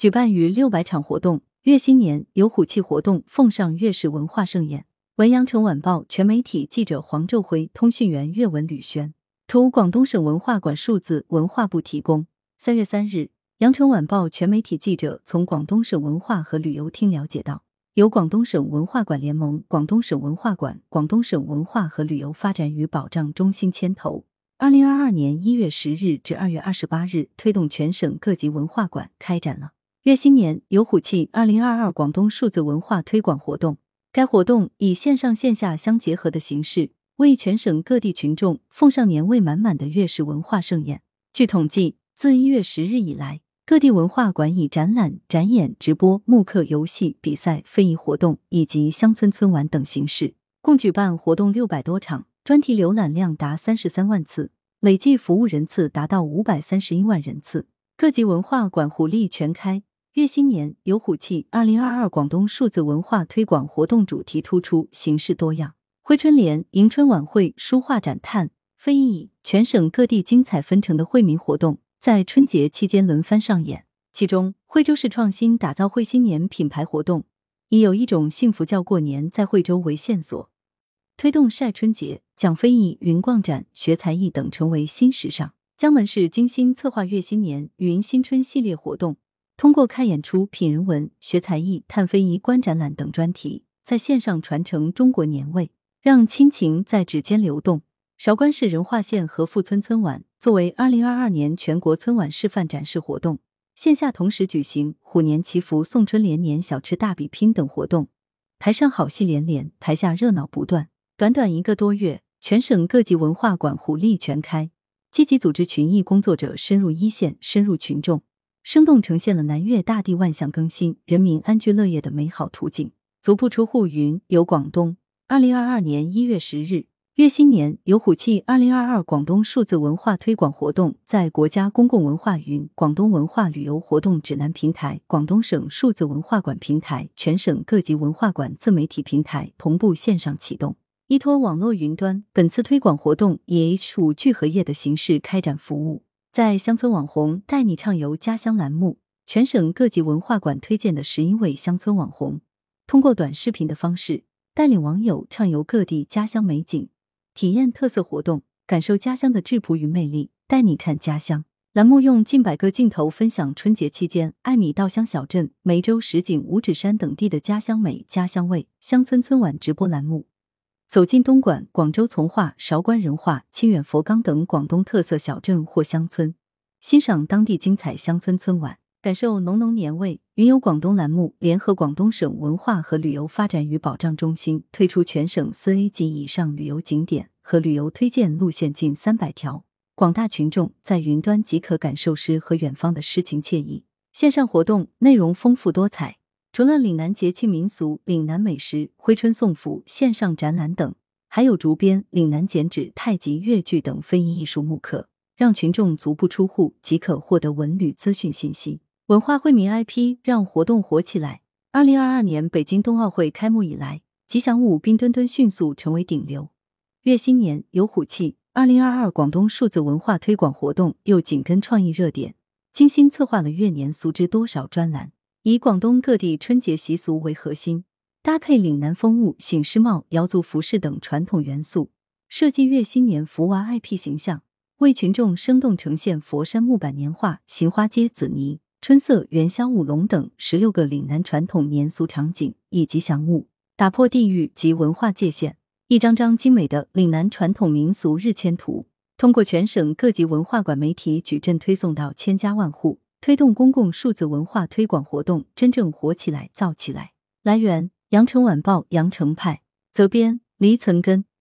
举办逾600场活动，粤新年有虎气活动奉上粤式文化盛宴。文阳城晚报全媒体记者黄昼辉，通讯员岳文吕轩。图广东省文化馆数字文化部提供。3月3日，羊城晚报全媒体记者从广东省文化和旅游厅了解到，由广东省文化馆联盟、广东省文化馆、广东省文化和旅游发展与保障中心牵头，2022年1月10日至2月28日推动全省各级文化馆开展了粤新年有虎气2022广东数字文化推广活动。该活动以线上线下相结合的形式，为全省各地群众奉上年味满满的粤式文化盛宴。据统计，自1月10日以来，各地文化馆以展览、展演、直播、慕课、游戏、比赛、非遗活动以及乡村村晚等形式，共举办活动600多场，专题浏览量达33万次，累计服务人次达到531万人次。各级文化馆虎力全开，粤新年有虎气2022广东数字文化推广活动主题突出，形式多样。挥春联、迎春晚会、书画展探、非遗，全省各地精彩纷呈的惠民活动在春节期间轮番上演。其中，惠州市创新打造惠新年品牌活动，以有一种幸福叫过年在惠州为线索，推动晒春节、讲非遗、云逛展、学才艺等成为新时尚。江门市精心策划粤新年、云新春系列活动，通过开演出、品人文、学才艺、探非遗、观展览等专题，在线上传承中国年味，让亲情在指尖流动。韶关市仁化县和富村村晚作为2022年全国村晚示范展示活动，线下同时举行虎年祈福、送春联、年小吃大比拼等活动，台上好戏连连，台下热闹不断。短短1个多月，全省各级文化馆虎力全开，积极组织群益工作者深入一线、深入群众，生动呈现了南粤大地万象更新、人民安居乐业的美好图景。足不出户云游广东。2022年1月10日，粤新年有虎气2022广东数字文化推广活动在国家公共文化云、广东文化旅游活动指南平台、广东省数字文化馆平台、全省各级文化馆自媒体平台同步线上启动。依托网络云端，本次推广活动以 H5 聚合业的形式开展服务。在乡村网红带你畅游家乡栏目，全省各级文化馆推荐的11位乡村网红，通过短视频的方式，带领网友畅游各地家乡美景，体验特色活动，感受家乡的质朴与魅力，带你看家乡。栏目用近100个镜头分享春节期间艾米稻香小镇、梅州实景五指山等地的家乡美、家乡味。乡村村晚直播栏目走进东莞、广州从化、韶关仁化、清远佛冈等广东特色小镇或乡村，欣赏当地精彩乡村村晚，感受浓浓年味。云游广东栏目联合广东省文化和旅游发展与保障中心推出全省4A 级以上旅游景点和旅游推荐路线近300条，广大群众在云端即可感受诗和远方的诗情惬意。线上活动内容丰富多彩，除了岭南节庆民俗、岭南美食、挥春送福、线上展览等，还有竹编、岭南剪纸、太极、越剧等非遗艺术慕课，让群众足不出户即可获得文旅资讯信息。文化惠民 IP 让活动火起来。2022年北京冬奥会开幕以来，吉祥物冰墩墩迅速成为顶流。粤新年有虎气2022广东数字文化推广活动又紧跟创意热点，精心策划了粤年俗知多少专栏，以广东各地春节习俗为核心，搭配岭南风物、醒狮帽、瑶族服饰等传统元素，设计粤新年福娃 IP 形象，为群众生动呈现佛山木板年画、行花街紫泥、春色元宵舞龙等16个岭南传统年俗场景以吉祥物，打破地域及文化界限。一张张精美的岭南传统民俗日签图，通过全省各级文化馆媒体矩阵推送到千家万户，推动公共数字文化推广活动真正火起来、造起来。来源：羊城晚报羊城派，责编：黎存根。